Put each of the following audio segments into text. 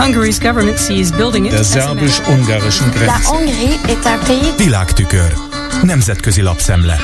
Der szerbus-ungarischen Grenze. Világtükör. Nemzetközi lapszemle.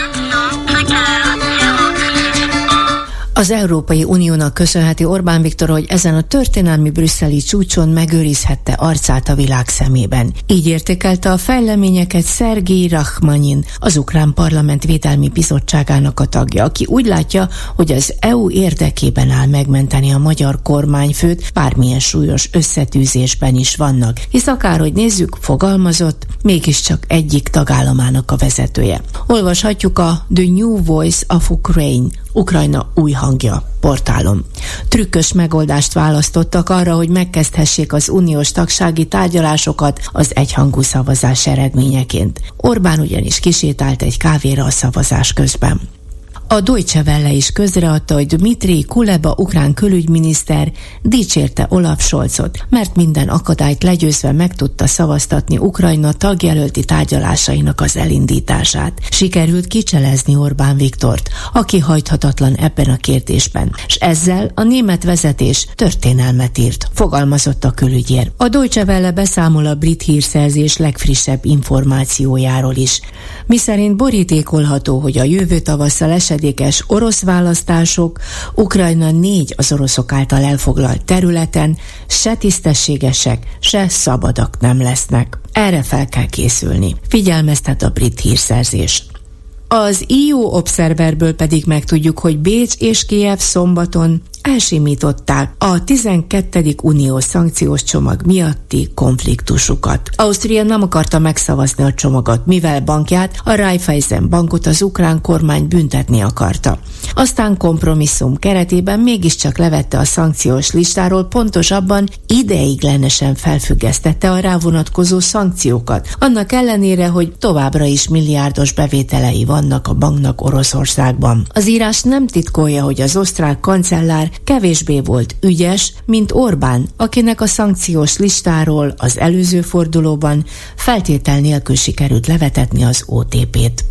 Az Európai Uniónak köszönheti Orbán Viktor, hogy ezen a történelmi brüsszeli csúcson megőrizhette arcát a világ szemében. Így értékelte a fejleményeket Szergej Rachmanin, az Ukrán Parlament Védelmi Bizottságának a tagja, aki úgy látja, hogy az EU érdekében áll megmenteni a magyar kormányfőt, bármilyen súlyos összetűzésben is vannak, hisz akárhogy nézzük, fogalmazott, mégiscsak egyik tagállamának a vezetője. Olvashatjuk a The New Voice of Ukraine, Ukrajna új hangja portálon. Trükkös megoldást választottak arra, hogy megkezdhessék az uniós tagsági tárgyalásokat az egyhangú szavazás eredményeként. Orbán ugyanis kisétált egy kávéra a szavazás közben. A Deutsche Welle is közreadta, hogy Dmytro Kuleba ukrán külügyminiszter dicsérte Olaf Scholzot, mert minden akadályt legyőzve meg tudta szavaztatni Ukrajna tagjelölti tárgyalásainak az elindítását. Sikerült kicselezni Orbán Viktort, aki hajthatatlan ebben a kérdésben, és ezzel a német vezetés történelmet írt, fogalmazott a külügyér. A Deutsche Welle beszámol a brit hírszerzés legfrissebb információjáról is, miszerint borítékolható, hogy a jövő tavasszal esedékes orosz választások Ukrajna 4 az oroszok által elfoglalt területen se tisztességesek, se szabadak nem lesznek. Erre fel kell készülni, figyelmeztet a brit hírszerzés. Az EU Observerből pedig megtudjuk, hogy Bécs és Kijev szombaton elsimították a 12. uniós szankciós csomag miatti konfliktusukat. Ausztria nem akarta megszavazni a csomagot, mivel bankját, a Raiffeisen bankot az ukrán kormány büntetni akarta. Aztán kompromisszum keretében mégiscsak levette a szankciós listáról, pontosabban ideiglenesen felfüggesztette a rá vonatkozó szankciókat, annak ellenére, hogy továbbra is milliárdos bevételei vannak a banknak Oroszországban. Az írás nem titkolja, hogy az osztrák kancellár kevésbé volt ügyes, mint Orbán, akinek a szankciós listáról az előző fordulóban feltétel nélkül sikerült levetetni az OTP-t.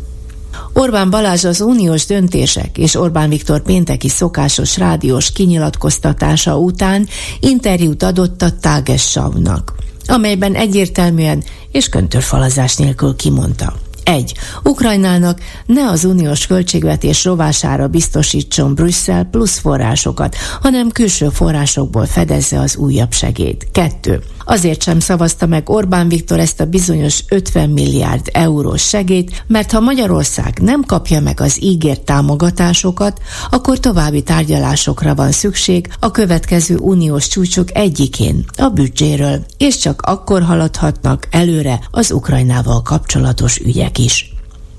Orbán Balázs az uniós döntések és Orbán Viktor pénteki szokásos rádiós kinyilatkoztatása után interjút adott a Tagesschau-nak, amelyben egyértelműen és köntörfalazás nélkül kimondta: 1. Ukrajnának ne az uniós költségvetés rovására biztosítson Brüsszel plusz forrásokat, hanem külső forrásokból fedezze az újabb segélyt. 2. Azért sem szavazta meg Orbán Viktor ezt a bizonyos 50 milliárd eurós segélyt, mert ha Magyarország nem kapja meg az ígért támogatásokat, akkor további tárgyalásokra van szükség a következő uniós csúcsok egyikén, a büdzséről, és csak akkor haladhatnak előre az Ukrajnával kapcsolatos ügyek is.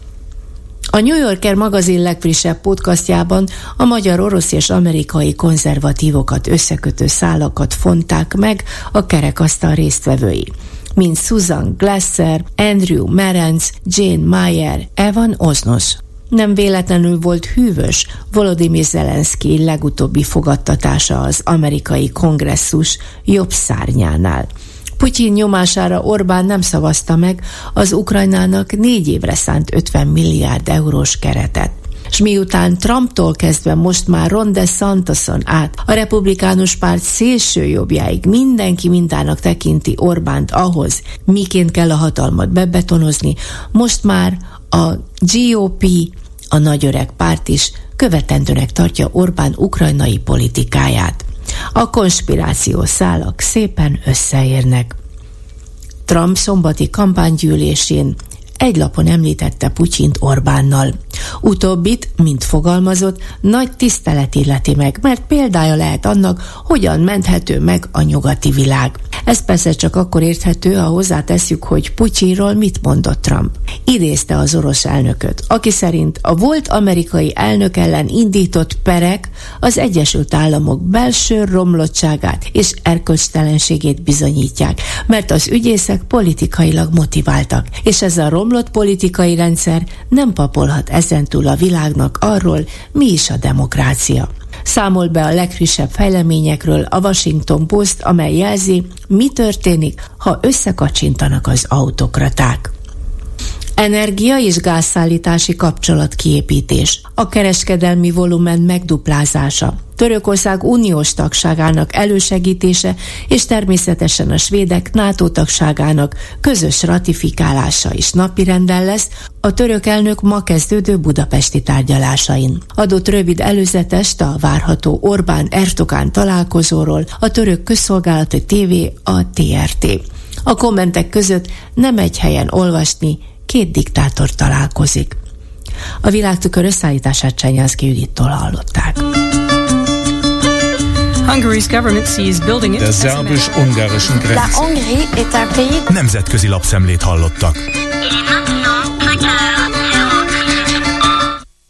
A New Yorker magazin legfrissebb podcastjában a magyar, orosz és amerikai konzervatívokat összekötő szálakat fonták meg a kerekasztal résztvevői, mint Susan Glasser, Andrew Merenc, Jane Mayer, Evan Osnos. Nem véletlenül volt hűvös Volodymyr Zelenszkij legutóbbi fogadtatása az amerikai kongresszus jobb szárnyánál. Putyin nyomására Orbán nem szavazta meg az Ukrajnának 4 évre szánt 50 milliárd eurós keretet. És miután Trumptól kezdve most már Ron DeSantison át a republikánus párt szélső jobbjáig mindenki mintának tekinti Orbánt ahhoz, miként kell a hatalmat bebetonozni, most már a GOP, a nagyöreg párt is követendőnek tartja Orbán ukrajnai politikáját. A konspirációs szálak szépen összeérnek. Trump szombati kampánygyűlésén egy lapon említette Putyint Orbánnal. Utóbbit, mint fogalmazott, nagy tisztelet illeti meg, mert példája lehet annak, hogyan menthető meg a nyugati világ. Ez persze csak akkor érthető, ha hozzátesszük, hogy Putyinról mit mondott Trump. Idézte az orosz elnököt, aki szerint a volt amerikai elnök ellen indított perek az Egyesült Államok belső romlottságát és erkölcstelenségét bizonyítják, mert az ügyészek politikailag motiváltak, és ez a romlott politikai rendszer nem papolhat ezentúl a világnak arról, mi is a demokrácia. Számol be a legfrissebb fejleményekről a Washington Post, amely jelzi, mi történik, ha összekacsintanak az autokraták. Energia- és gázszállítási kapcsolatkiépítés, a kereskedelmi volumen megduplázása, Törökország uniós tagságának elősegítése és természetesen a svédek NATO tagságának közös ratifikálása is napirenden lesz a török elnök ma kezdődő budapesti tárgyalásain. Adott rövid előzetest a várható Orbán-Erdogan találkozóról a török közszolgálati tévé, a TRT. A kommentek között nem egy helyen olvasni, 2 diktátor találkozik. A Világtükör összeállítását Csenyánszky Judittól hallották. Der szerbus-ungarischen Grenze. Nemzetközi lapszemlét hallottak.